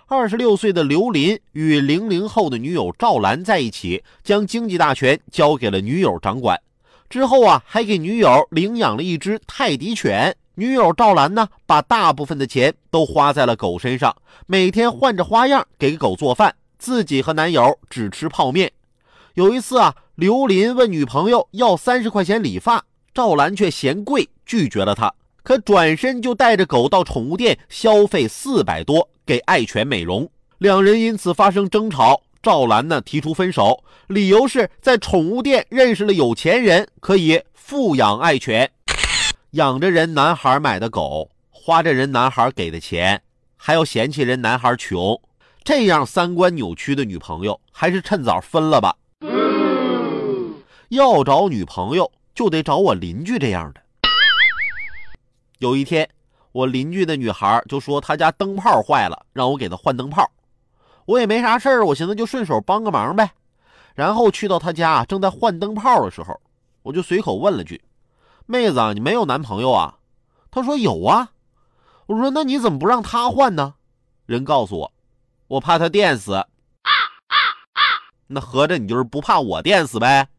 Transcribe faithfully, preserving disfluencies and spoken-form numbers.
二十六岁的刘林与零零后的女友赵兰在一起，将经济大权交给了女友掌管。之后啊，还给女友领养了一只泰迪犬。女友赵兰呢，把大部分的钱都花在了狗身上，每天换着花样给狗做饭，自己和男友只吃泡面。有一次啊，刘林问女朋友要三十块钱理发，赵兰却嫌贵，拒绝了他。可转身就带着狗到宠物店消费四百多给爱犬美容，两人因此发生争吵。赵兰呢提出分手，理由是在宠物店认识了有钱人，可以富养爱犬。养着人男孩买的狗，花着人男孩给的钱，还要嫌弃人男孩穷，这样三观扭曲的女朋友，还是趁早分了吧。要找女朋友就得找我邻居这样的。有一天，我邻居的女孩就说她家灯泡坏了，让我给她换灯泡。我也没啥事儿，我寻思就顺手帮个忙呗。然后去到她家，正在换灯泡的时候，我就随口问了句：妹子，你没有男朋友啊？她说有啊。我说那你怎么不让他换呢？人告诉我，我怕他电死。那合着你就是不怕我电死呗？